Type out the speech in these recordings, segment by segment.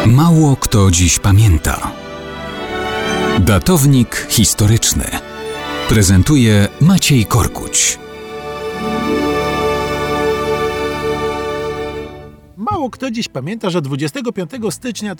Mało kto dziś pamięta. Datownik historyczny prezentuje Maciej Korkuć. Mało kto dziś pamięta, że 25 stycznia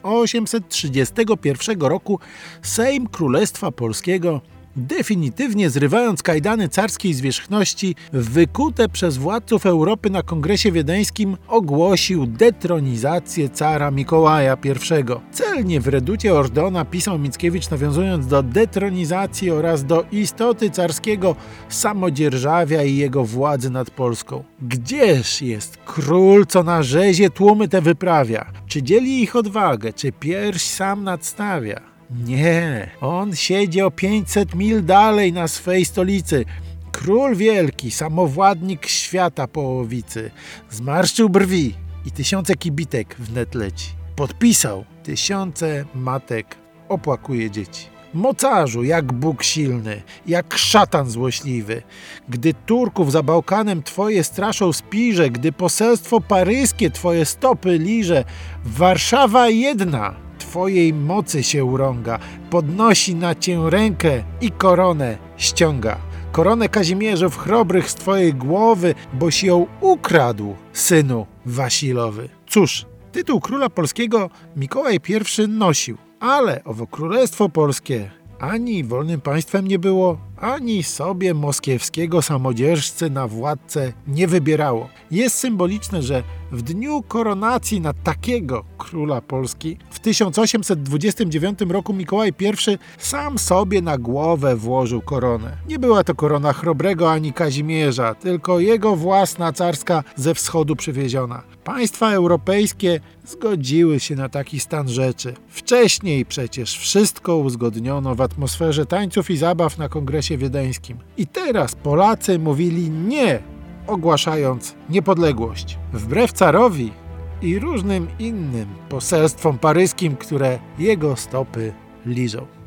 1831 roku Sejm Królestwa Polskiego, definitywnie zrywając kajdany carskiej zwierzchności wykute przez władców Europy na Kongresie Wiedeńskim, ogłosił detronizację cara Mikołaja I. Celnie w reducie Ordona pisał Mickiewicz, nawiązując do detronizacji oraz do istoty carskiego samodzierżawia i jego władzy nad Polską. Gdzież jest król, co na rzezie tłumy te wyprawia? Czy dzieli ich odwagę, czy pierś sam nadstawia? Nie, on siedzi o 500 mil dalej na swej stolicy. Król wielki, samowładnik świata połowicy. Zmarszczył brwi i tysiące kibitek wnet leci. Podpisał, tysiące matek opłakuje dzieci. Mocarzu, jak Bóg silny, jak szatan złośliwy. Gdy Turków za Bałkanem twoje straszą spirze, gdy poselstwo paryskie twoje stopy liże, Warszawa jedna twojej mocy się urąga, podnosi na cię rękę i koronę ściąga. Koronę Kazimierzów chrobrych z twojej głowy, boś ją ukradł, synu Wasilowy. Cóż, tytuł króla polskiego Mikołaj I nosił, ale owo królestwo polskie ani wolnym państwem nie było, ani sobie moskiewskiego samodzierżcy na władcę nie wybierało. Jest symboliczne, że w dniu koronacji na takiego króla Polski w 1829 roku Mikołaj I sam sobie na głowę włożył koronę. Nie była to korona chrobrego ani Kazimierza, tylko jego własna carska ze wschodu przywieziona. Państwa europejskie zgodziły się na taki stan rzeczy. Wcześniej przecież wszystko uzgodniono w atmosferze tańców i zabaw na Kongresie Wiedeńskim. I teraz Polacy mówili nie, ogłaszając niepodległość. Wbrew carowi i różnym innym poselstwom paryskim, które jego stopy liżą.